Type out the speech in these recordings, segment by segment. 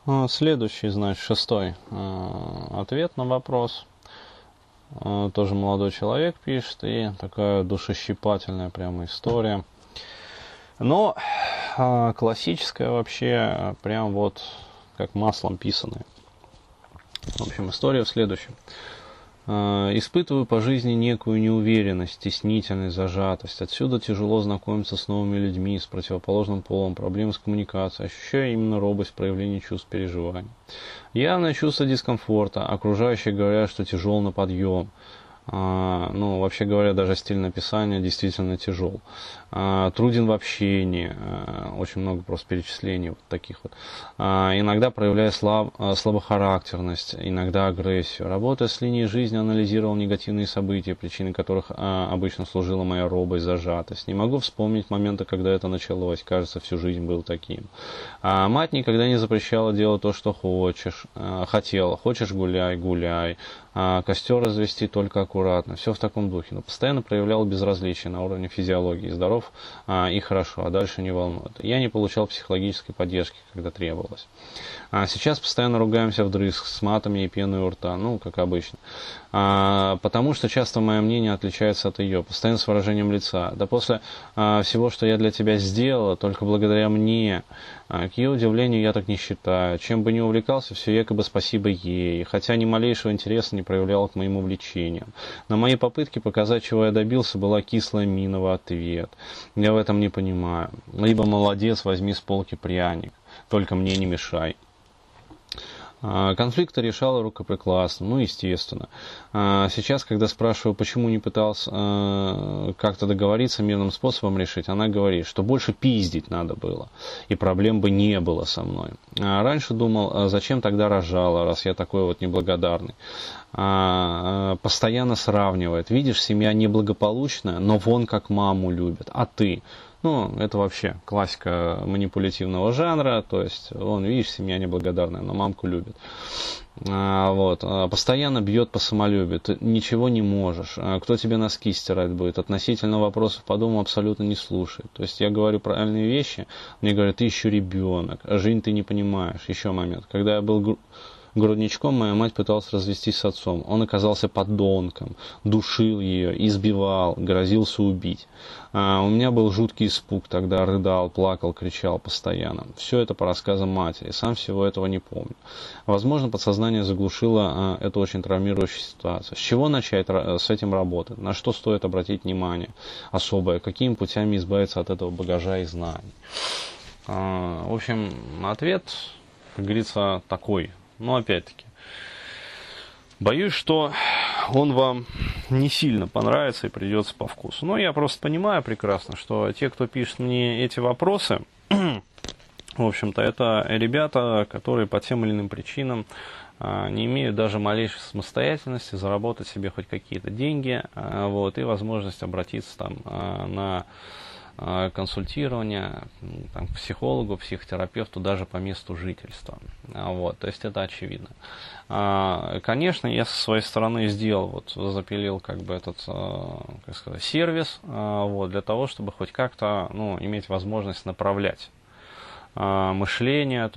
Следующий, значит, шестой ответ на вопрос. Тоже молодой человек пишет, и такая душещипательная прямо история. Но классическая вообще, прям вот как маслом писаная. В общем, история в следующем. Испытываю по жизни некую неуверенность, стеснительность, зажатость. Отсюда тяжело знакомиться с новыми людьми, с противоположным полом, проблемы с коммуникацией. Ощущаю именно робость проявления чувств, переживаний. Явное чувство дискомфорта. Окружающие говорят, что тяжел на подъем. Вообще говоря, даже стиль написания действительно тяжел. Труден в общении, очень много просто перечислений вот таких вот. Иногда проявляя слабохарактерность, иногда агрессию. Работая с линией жизни, анализировал негативные события, причиной которых обычно служила моя робость, зажатость. Не могу вспомнить момента, когда это началось. Кажется, всю жизнь был таким. Мать никогда не запрещала делать то, что хотела. Хочешь гуляй, гуляй. Костер развести только аккуратно. Все в таком духе. Но постоянно проявлял безразличие на уровне физиологии. Здоров и хорошо, а дальше не волнует. Я не получал психологической поддержки, когда требовалось. Сейчас постоянно ругаемся вдрызг с матами и пеной у рта, как обычно. Потому что часто мое мнение отличается от ее. Постоянно с выражением лица. Да после всего, что я для тебя сделала, только благодаря мне. К ее удивлению, я так не считаю. Чем бы ни увлекался, все якобы спасибо ей. Хотя ни малейшего интереса не проявлял к моим увлечениям. На мои попытки показать, чего я добился, была кислая мина в ответ. Я в этом не понимаю. Либо молодец, возьми с полки пряник. Только мне не мешай. Конфликты решала рукоприкладством, естественно. Сейчас, когда спрашиваю, почему не пытался как-то договориться мирным способом решить, она говорит, что больше пиздить надо было, и проблем бы не было со мной. Раньше думал, зачем тогда рожала, раз я такой вот неблагодарный. Постоянно сравнивает. Видишь, семья неблагополучная, но вон как маму любят, а ты... это вообще классика манипулятивного жанра, то есть, видишь, семья неблагодарная, но мамку любит. Постоянно бьет по самолюбию, ты ничего не можешь, кто тебе носки стирать будет, относительно вопросов по дому абсолютно не слушает. То есть, я говорю правильные вещи, мне говорят, ты еще ребенок, жизнь ты не понимаешь. Еще момент, когда я был... грудничком, моя мать пыталась развестись с отцом. Он оказался подонком, душил ее, избивал, грозился убить. У меня был жуткий испуг, тогда рыдал, плакал, кричал постоянно. Все это по рассказам матери, сам всего этого не помню. Возможно, подсознание заглушило эту очень травмирующую ситуацию. С чего начать с этим работать? На что стоит обратить внимание особое? Какими путями избавиться от этого багажа и знаний? В общем, ответ, как говорится, такой. Опять-таки, боюсь, что он вам не сильно понравится и придется по вкусу. Но я просто понимаю прекрасно, что те, кто пишет мне эти вопросы, в общем-то, это ребята, которые по тем или иным причинам не имеют даже малейшей самостоятельности заработать себе хоть какие-то деньги, и возможность обратиться на консультирование к психологу, психотерапевту даже по месту жительства. То есть это очевидно. Конечно, я со своей стороны сделал, запилил этот, сервис, для того, чтобы хоть как-то, иметь возможность направлять мышление,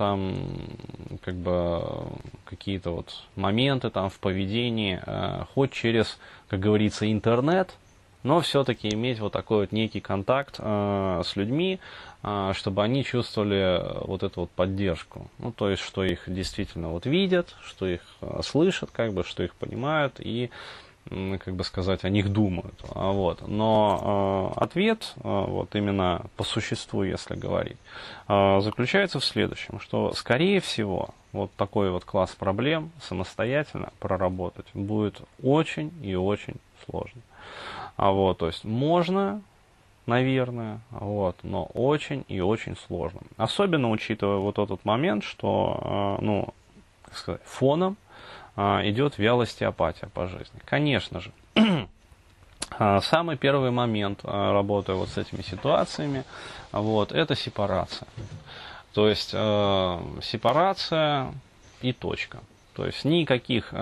какие-то моменты в поведении, хоть через, как говорится, интернет, но все-таки иметь такой некий контакт с людьми, чтобы они чувствовали эту поддержку. То есть, что их действительно видят, что их слышат, что их понимают и, о них думают. Но ответ, именно по существу, если говорить, заключается в следующем, что, скорее всего, такой класс проблем самостоятельно проработать будет очень и очень сложно. То есть можно, наверное, но очень и очень сложно. Особенно учитывая этот момент, что, фоном идет вялость и апатия по жизни. Конечно же, самый первый момент, работая с этими ситуациями, это сепарация. То есть сепарация и точка. То есть никаких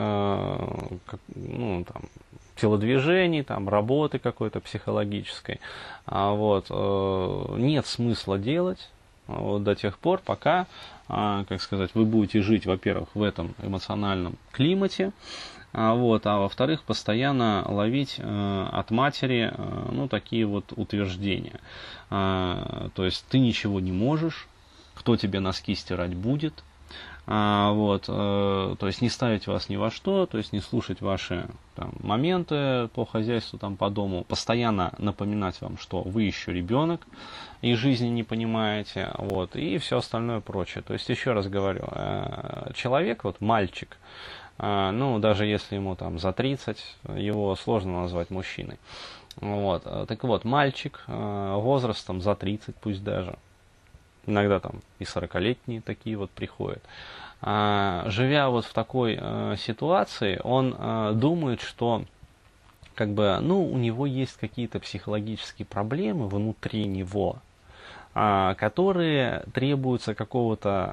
телодвижений, работы какой-то психологической. Нет смысла делать, вот, до тех пор, пока, как сказать, вы будете жить, во-первых, в этом эмоциональном климате, вот, а во-вторых, постоянно ловить от матери, ну, такие вот утверждения. То есть ты ничего не можешь, кто тебе носки стирать будет, вот, то есть не ставить вас ни во что, то есть не слушать ваши там моменты по хозяйству, там, по дому, постоянно напоминать вам, что вы еще ребенок и жизни не понимаете, вот, и все остальное прочее. То есть, еще раз говорю, человек, вот мальчик, ну, даже если ему там за 30, его сложно назвать мужчиной. Вот, так вот, мальчик возрастом за 30, пусть даже, иногда там и 40-летние такие вот приходят. Живя вот в такой ситуации, он думает, что как бы, ну, у него есть какие-то психологические проблемы внутри него, которые требуют какого-то,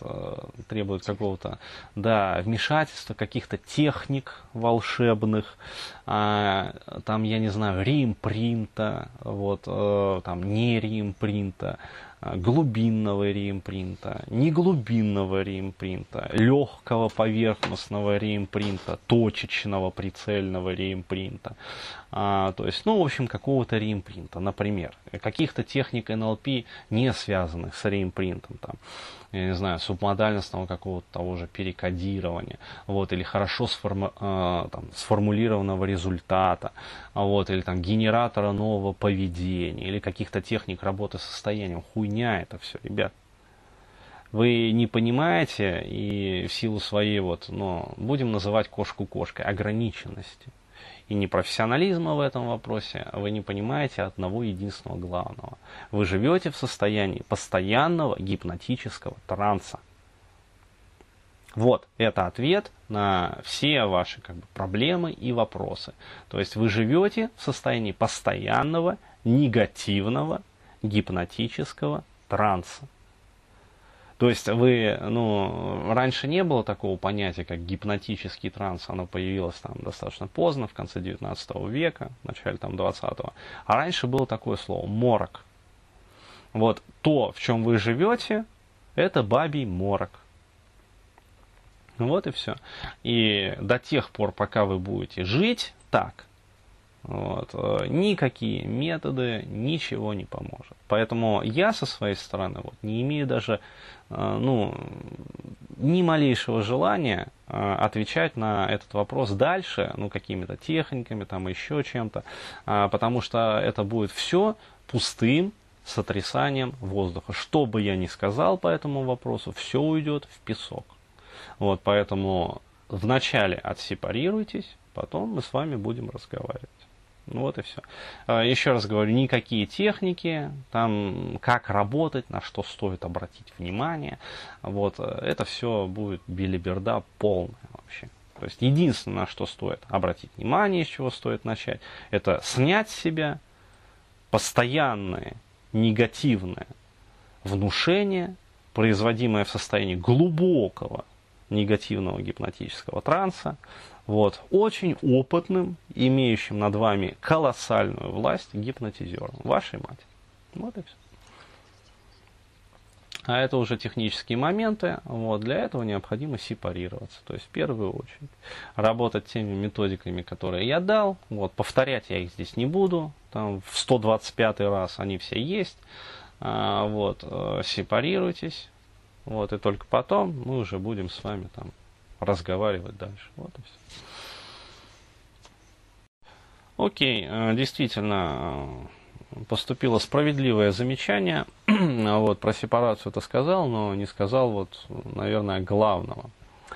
да, вмешательства, каких-то техник волшебных, там, я не знаю, реимпринта, вот, там, не реимпринта, глубинного реимпринта, неглубинного реимпринта, легкого поверхностного реимпринта, точечного прицельного реимпринта. То есть, ну, в общем, какого-то реимпринта, например, каких-то техник НЛП, не связанных с реимпринтом, там, я не знаю, субмодальностного какого-то того же перекодирования, вот, или хорошо сформулированного результата, вот, или там генератора нового поведения, или каких-то техник работы с состоянием. Хуйня это все, ребят. Вы не понимаете, и в силу своей вот, ну, будем называть кошку кошкой, ограниченности и непрофессионализма в этом вопросе, вы не понимаете одного единственного главного. Вы живете в состоянии постоянного гипнотического транса. Вот, это ответ на все ваши как бы проблемы и вопросы. То есть вы живете в состоянии постоянного негативного гипнотического транса. То есть вы, ну, раньше не было такого понятия, как гипнотический транс, оно появилось там достаточно поздно, в конце 19 века, в начале там 20-го. А раньше было такое слово морок. Вот то, в чем вы живете, это бабий морок. Вот и все. И до тех пор, пока вы будете жить так, вот, никакие методы ничего не поможет. Поэтому я со своей стороны вот, не имею даже ну, ни малейшего желания отвечать на этот вопрос дальше, ну, какими-то техниками, там, еще чем-то, потому что это будет все пустым сотрясанием воздуха. Что бы я ни сказал по этому вопросу, все уйдет в песок. Вот, поэтому вначале отсепарируйтесь, потом мы с вами будем разговаривать. Ну вот и все. Еще раз говорю, никакие техники, там, как работать, на что стоит обратить внимание, вот, это все будет белиберда полная вообще. То есть единственное, на что стоит обратить внимание, с чего стоит начать, это снять с себя постоянное негативное внушение, производимое в состоянии глубокого негативного гипнотического транса, вот, очень опытным, имеющим над вами колоссальную власть гипнотизером, вашей матери. Вот и все. А это уже технические моменты. Вот, для этого необходимо сепарироваться. То есть, в первую очередь, работать теми методиками, которые я дал. Вот, повторять я их здесь не буду. Там, в 125 раз они все есть. Вот, сепарируйтесь. Вот, и только потом мы уже будем с вами там разговаривать дальше. Вот и все. Окей, действительно, поступило справедливое замечание. Вот, про сепарацию это сказал, но не сказал, вот, наверное, главного.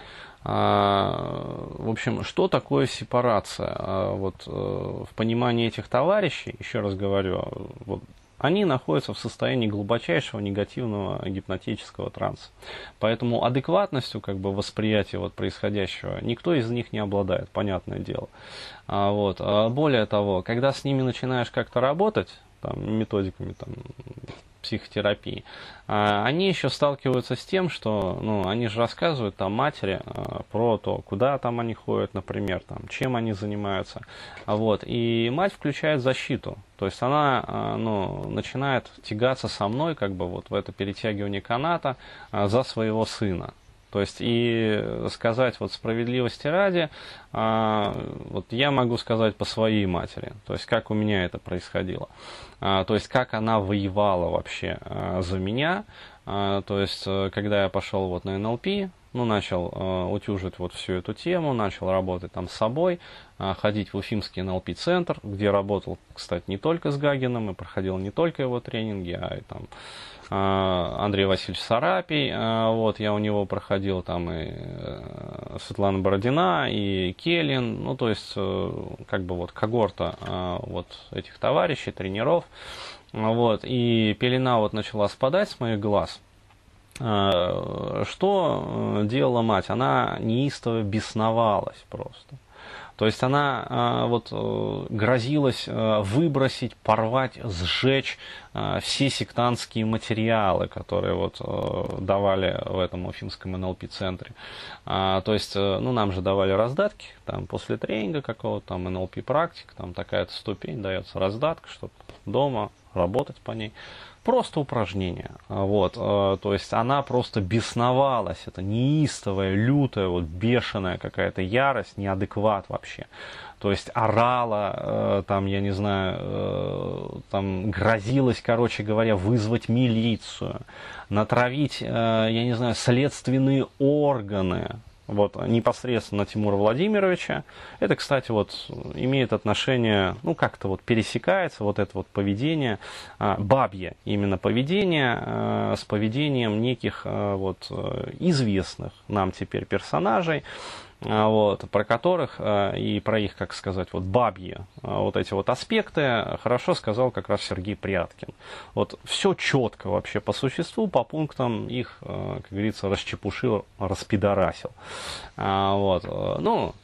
В общем, что такое сепарация? Вот, в понимании этих товарищей, еще раз говорю, вот, они находятся в состоянии глубочайшего негативного гипнотического транса. Поэтому адекватностью как бы, восприятия вот, происходящего никто из них не обладает, понятное дело. Вот. Более того, когда с ними начинаешь как-то работать, там, методиками там, психотерапии, они еще сталкиваются с тем, что, ну, они же рассказывают там матери про то, куда там они ходят, например, там, чем они занимаются, вот, и мать включает защиту, то есть она, ну, начинает тягаться со мной, как бы, вот в это перетягивание каната за своего сына. То есть, и сказать вот справедливости ради, вот я могу сказать по своей матери, то есть, как у меня это происходило, то есть, как она воевала вообще за меня, то есть, когда я пошел вот на НЛП, ну, начал утюжить вот всю эту тему, начал работать там с собой, ходить в Уфимский НЛП-центр, где работал, кстати, не только с Гагиным, и проходил не только его тренинги, а и там Андрей Васильевич Сарапий, вот, я у него проходил там и Светлана Бородина, и Келлин, ну, то есть, как бы вот когорта вот этих товарищей, тренеров, вот, и пелена вот начала спадать с моих глаз. Что делала мать? Она неистово бесновалась просто. То есть она вот грозилась выбросить, порвать, сжечь все сектантские материалы, которые вот давали в этом уфимском НЛП-центре. То есть, ну, нам же давали раздатки, там, после тренинга какого-то, там, НЛП-практик, там, такая-то ступень, дается раздатка, чтобы дома работать по ней. Просто упражнение. Вот, то есть она просто бесновалась, это неистовая, лютая, вот бешеная какая-то ярость, неадекват вообще. То есть орала, там, я не знаю, там грозилась, короче говоря, вызвать милицию, натравить, я не знаю, следственные органы. Вот, непосредственно на Тимура Владимировича. Это, кстати, вот имеет отношение, ну, как-то вот пересекается вот это вот поведение, бабье именно поведение, с поведением неких вот известных нам теперь персонажей, вот, про которых и про их, как сказать, вот бабьи вот эти вот аспекты хорошо сказал как раз Сергей Пряткин. Вот все четко вообще по существу, по пунктам их, как говорится, расчепушил, распидорасил. Вот, ну,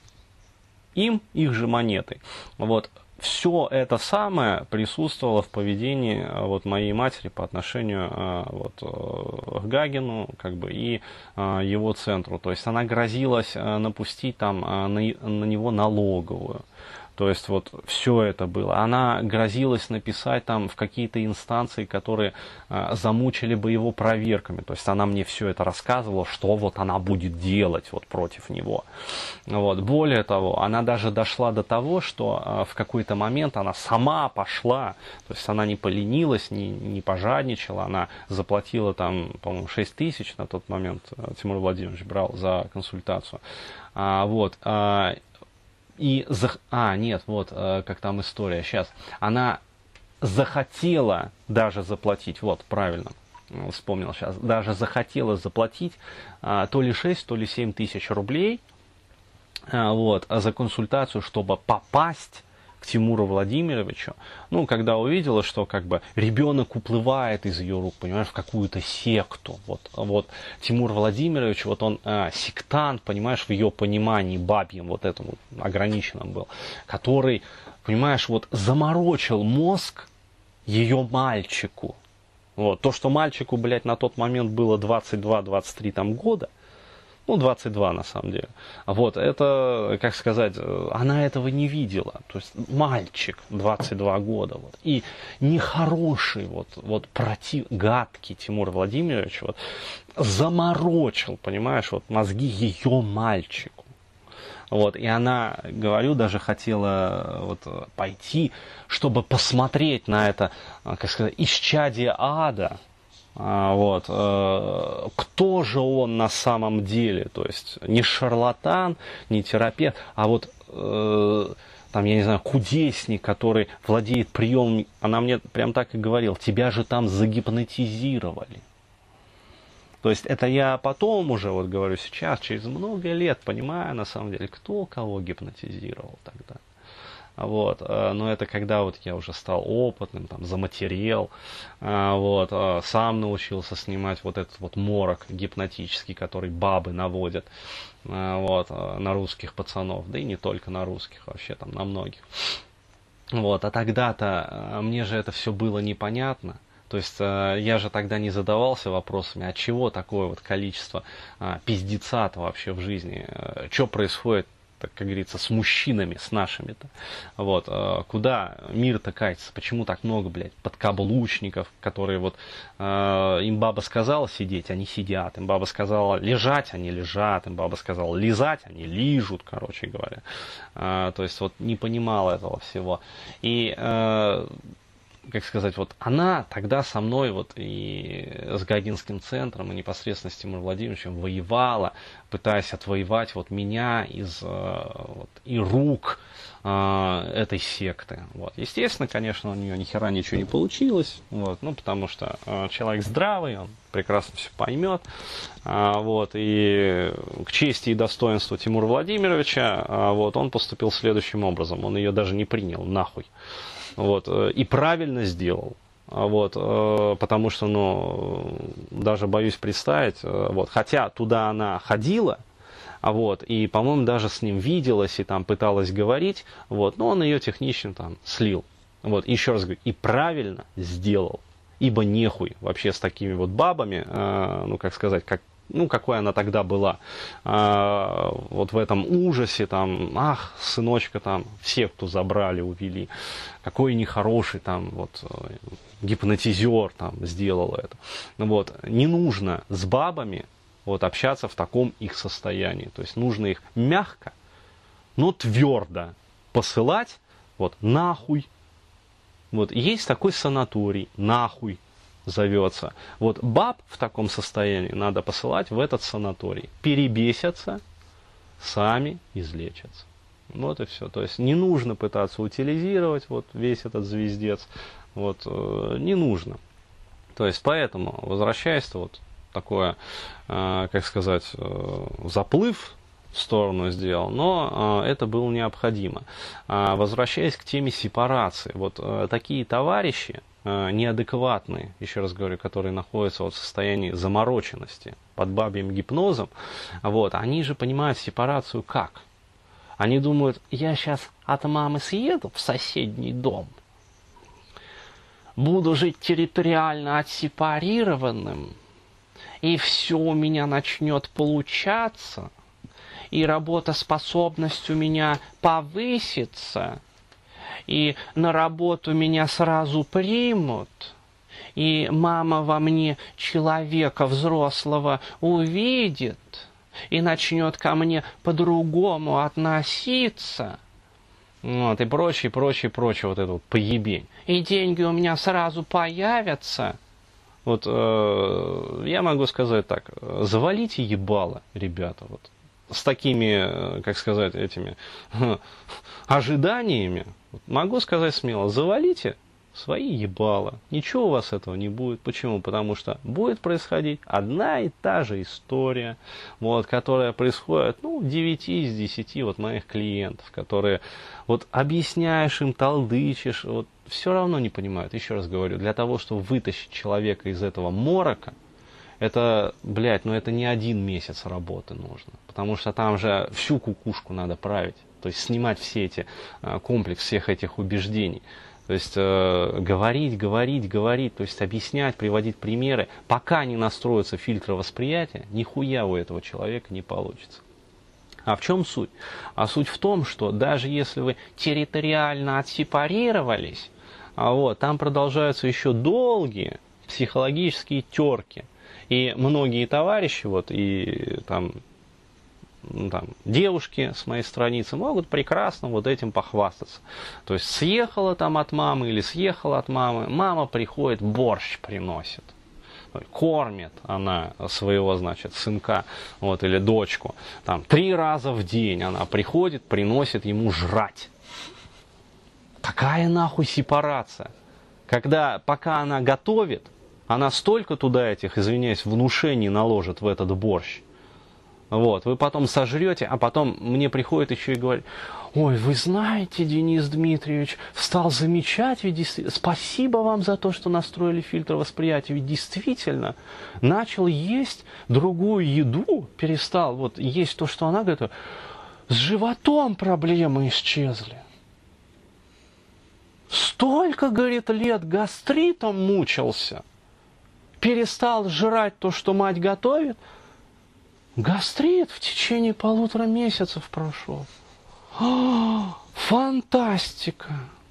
им их же монеты. Вот. Все это самое присутствовало в поведении вот моей матери по отношению вот, к Гагину, как бы, и его центру. То есть она грозилась напустить там на него налоговую. То есть вот все это было. Она грозилась написать там в какие-то инстанции, которые замучили бы его проверками. То есть она мне все это рассказывала, что вот она будет делать вот против него. Вот. Более того, она даже дошла до того, что в какой-то момент она сама пошла, то есть она не поленилась, не пожадничала, она заплатила там, по-моему, 6 тысяч на тот момент Тимур Владимирович брал за консультацию. Вот. Нет, вот как там история, сейчас. Она захотела даже заплатить, вот, правильно, вспомнил сейчас, даже захотела заплатить то ли 6, то ли 7 тысяч рублей, вот, за консультацию, чтобы попасть к Тимуру Владимировичу, ну, когда увидела, что как бы ребенок уплывает из ее рук, понимаешь, в какую-то секту. Вот Тимур Владимирович, вот он сектант, понимаешь, в ее понимании бабьем, вот этому ограниченном был, который, понимаешь, вот заморочил мозг ее мальчику. Вот. То, что мальчику, блядь, на тот момент было 22-23 там года, ну, 22 на самом деле. Вот, это, как сказать, она этого не видела. То есть мальчик 22 года. Вот, и нехороший, вот гадкий Тимур Владимирович вот, заморочил, понимаешь, вот мозги ее мальчику. Вот, и она, говорю, даже хотела вот, пойти, чтобы посмотреть на это, как сказать, исчадие ада. Вот, кто же он на самом деле, то есть не шарлатан, не терапевт, а вот там, я не знаю, кудесник, который владеет приемом, она мне прям так и говорила, тебя же там загипнотизировали. То есть это я потом уже, вот говорю сейчас, через много лет понимаю, на самом деле, кто кого гипнотизировал тогда. Вот, но это когда вот я уже стал опытным, там, заматерел, вот, сам научился снимать вот этот вот морок гипнотический, который бабы наводят, вот, на русских пацанов, да и не только на русских, вообще там на многих. Вот, а тогда-то мне же это все было непонятно. То То есть я же тогда не задавался вопросами, а чего такое вот количество пиздеца-то вообще в жизни, что происходит, так, как говорится, с мужчинами, с нашими-то. Вот, куда мир-то катится, почему так много, блядь, подкаблучников, которые вот, им баба сказала сидеть, они сидят, им баба сказала лежать, они лежат, им баба сказала лизать, они лижут, короче говоря. То есть вот не понимал этого всего. И как сказать, вот она тогда со мной вот и с Гагинским центром, и непосредственно с Тимуром Владимировичем воевала, пытаясь отвоевать вот меня из вот, и рук этой секты. Вот. Естественно, конечно, у нее ни хера ничего не получилось, вот, ну, потому что человек здравый, он прекрасно все поймет. Вот, и к чести и достоинству Тимура Владимировича вот, он поступил следующим образом. Он ее даже не принял, нахуй. Вот, и правильно сделал. Вот, потому что, ну, даже боюсь представить, вот, хотя туда она ходила, вот, и, по-моему, даже с ним виделась и там пыталась говорить, вот, но он ее технично там слил. Вот, еще раз говорю, и правильно сделал, ибо нехуй вообще с такими вот бабами, ну, как сказать, как, ну, какой она тогда была, вот в этом ужасе, там, ах, сыночка там в секту забрали, увели, какой нехороший там вот гипнотизер там сделал это. Вот, не нужно с бабами вот общаться в таком их состоянии, то есть нужно их мягко, но твердо посылать вот нахуй. Вот, есть такой санаторий, нахуй зовется. Вот баб в таком состоянии надо посылать в этот санаторий. Перебесятся, сами излечатся. Вот и все. То есть не нужно пытаться утилизировать вот весь этот звездец. Вот, не нужно. То есть поэтому, возвращаясь, вот такое, как сказать, заплыв в сторону сделал, но это было необходимо. Возвращаясь к теме сепарации, вот такие товарищи, неадекватные, еще раз говорю, которые находятся вот в состоянии замороченности под бабьим гипнозом, вот, они же понимают сепарацию как? Они думают, я сейчас от мамы съеду в соседний дом, буду жить территориально отсепарированным, и все у меня начнет получаться, и работоспособность у меня повысится, и на работу меня сразу примут, и мама во мне человека взрослого увидит и начнет ко мне по-другому относиться, вот, и прочее, прочее, прочее, вот это вот поебень. И деньги у меня сразу появятся. Вот я могу сказать так, завалите ебало, ребята, вот. С такими, как сказать, этими ожиданиями, могу сказать смело, завалите свои ебала. Ничего у вас этого не будет. Почему? Потому что будет происходить одна и та же история, вот, которая происходит, ну, 9 из 10 вот моих клиентов, которые вот объясняешь им, толдычишь, вот, все равно не понимают. Еще раз говорю, для того, чтобы вытащить человека из этого морока, это, блядь, ну это не 1 месяц работы нужно. Потому что там же всю кукушку надо править. То есть снимать все эти, комплекс всех этих убеждений. То есть говорить, то есть объяснять, приводить примеры. Пока не настроится фильтр восприятия, нихуя у этого человека не получится. А в чем суть? А суть в том, что даже если вы территориально отсепарировались, вот, там продолжаются еще долгие психологические терки. И многие товарищи, вот, и там, ну, там, девушки с моей страницы могут прекрасно вот этим похвастаться. То есть съехала там от мамы или съехала от мамы, мама приходит, борщ приносит. Кормит она своего, значит, сынка, вот, или дочку. Там 3 раза в день она приходит, приносит ему жрать. Какая нахуй сепарация? Когда, пока она готовит, она столько туда этих, извиняюсь, внушений наложит в этот борщ. Вот, вы потом сожрете, а потом мне приходит еще и говорит: ой, вы знаете, Денис Дмитриевич, стал замечать, ведь спасибо вам за то, что настроили фильтр восприятия, ведь действительно начал есть другую еду, перестал вот есть то, что она готовит, с животом проблемы исчезли. Столько, говорит, лет гастритом мучился. перестал жрать то, что мать готовит, гастрит в течение 1,5 месяцев прошел. Фантастика!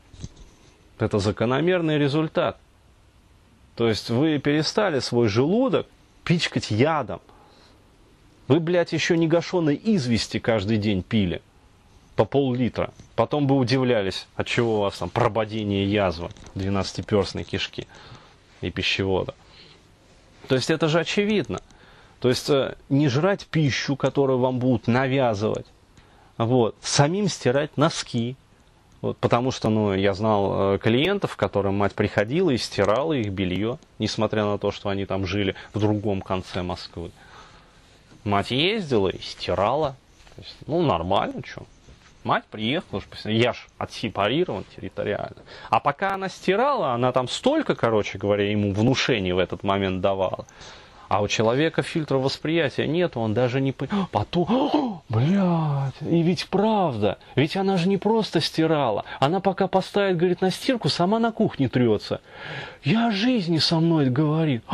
Это закономерный результат. То есть вы перестали свой желудок пичкать ядом. Вы, блядь, еще негашенной извести каждый день пили. По пол-литра. Потом бы удивлялись, от чего у вас там прободение язвы 12-перстной кишки и пищевода. То есть это же очевидно. То есть не жрать пищу, которую вам будут навязывать. Вот. Самим стирать носки. Вот, потому что, я знал клиентов, к которым мать приходила и стирала их белье, несмотря на то, что они там жили в другом конце Москвы. Мать ездила и стирала. То есть, нормально, что. Мать приехала, я ж отсепарирован территориально. А пока она стирала, она там столько, короче говоря, ему внушений в этот момент давала. А у человека фильтра восприятия нет, он даже не... Потом, блядь, и ведь правда, ведь она же не просто стирала. Она пока поставит, говорит, на стирку, сама на кухне трется. Я о жизни со мной говорит.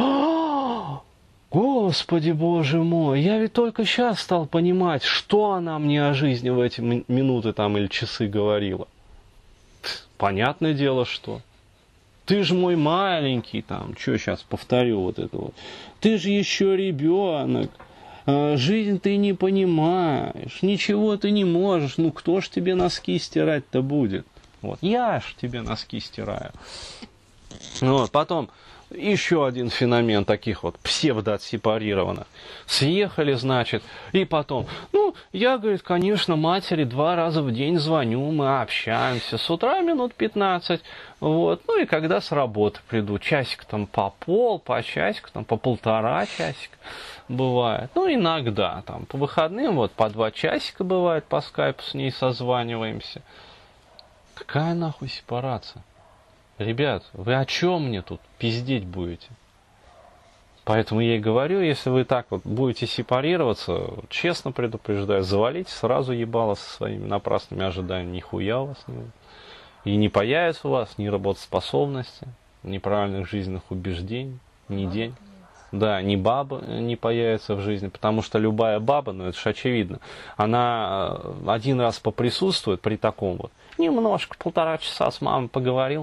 Господи, Боже мой, я ведь только сейчас стал понимать, что она мне о жизни в эти минуты там или часы говорила. Понятное дело, что. Ты же мой маленький, там, что сейчас повторю вот это вот. Ты же еще ребенок, жизнь ты не понимаешь, ничего ты не можешь, кто ж тебе носки стирать-то будет? Вот, я ж тебе носки стираю. Вот, потом еще один феномен таких вот псевдоотсепарированных. Съехали, значит, и потом, я, говорит, конечно, матери 2 раза в день звоню, мы общаемся, с утра минут 15, вот, и когда с работы приду, часик там по часик там по 1,5 часика бывает, иногда там по выходным, по 2 часика бывает, по скайпу с ней созваниваемся. Какая нахуй сепарация? Ребят, вы о чем мне тут пиздеть будете? Поэтому я и говорю, если вы так вот будете сепарироваться, честно предупреждаю, завалите сразу ебало со своими напрасными ожиданиями. Нихуя у вас не будет. И не появится у вас ни работоспособности, ни правильных жизненных убеждений, ни день. Да, ни баба не появится в жизни, потому что любая баба, это же очевидно, она один раз поприсутствует при таком вот, немножко, 1,5 часа с мамой поговорил,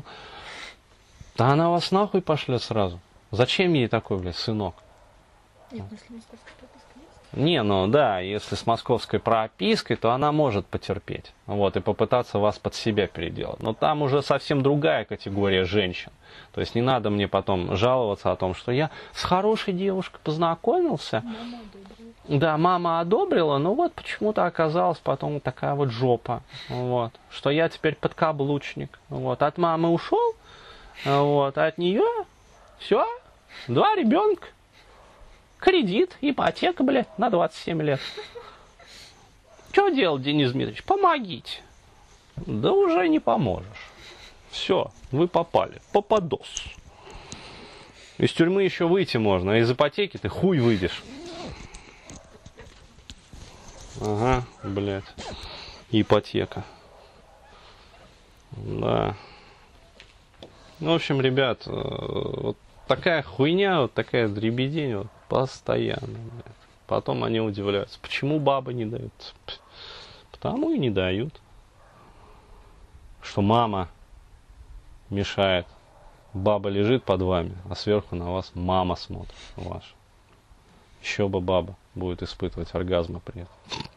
да она вас нахуй пошлет сразу. Зачем ей такой, блядь, сынок? Нет, если московская прописка есть? Не, да, если с московской пропиской, то она может потерпеть. Вот, и попытаться вас под себя переделать. Но там уже совсем другая категория женщин. То есть не надо мне потом жаловаться о том, что я с хорошей девушкой познакомился. Мама одобрила. Да, мама одобрила, но вот почему-то оказалась потом такая вот жопа. Вот, что я теперь подкаблучник. Вот, от мамы ушел, вот, а от нее все, 2 ребенка. Кредит, ипотека, блядь, на 27 лет. Что делать, Денис Дмитриевич? Помогите. Да уже не поможешь. Все, вы попали. Попадос. Из тюрьмы еще выйти можно, а из ипотеки ты хуй выйдешь. Ага, блядь. Ипотека. Да. В общем, ребят, вот такая хуйня, вот такая дребедень, вот постоянно. Блядь. Потом они удивляются, почему бабы не дают. Потому и не дают. Что мама мешает. Баба лежит под вами, а сверху на вас мама смотрит ваша. Еще бы баба будет испытывать оргазмы при этом.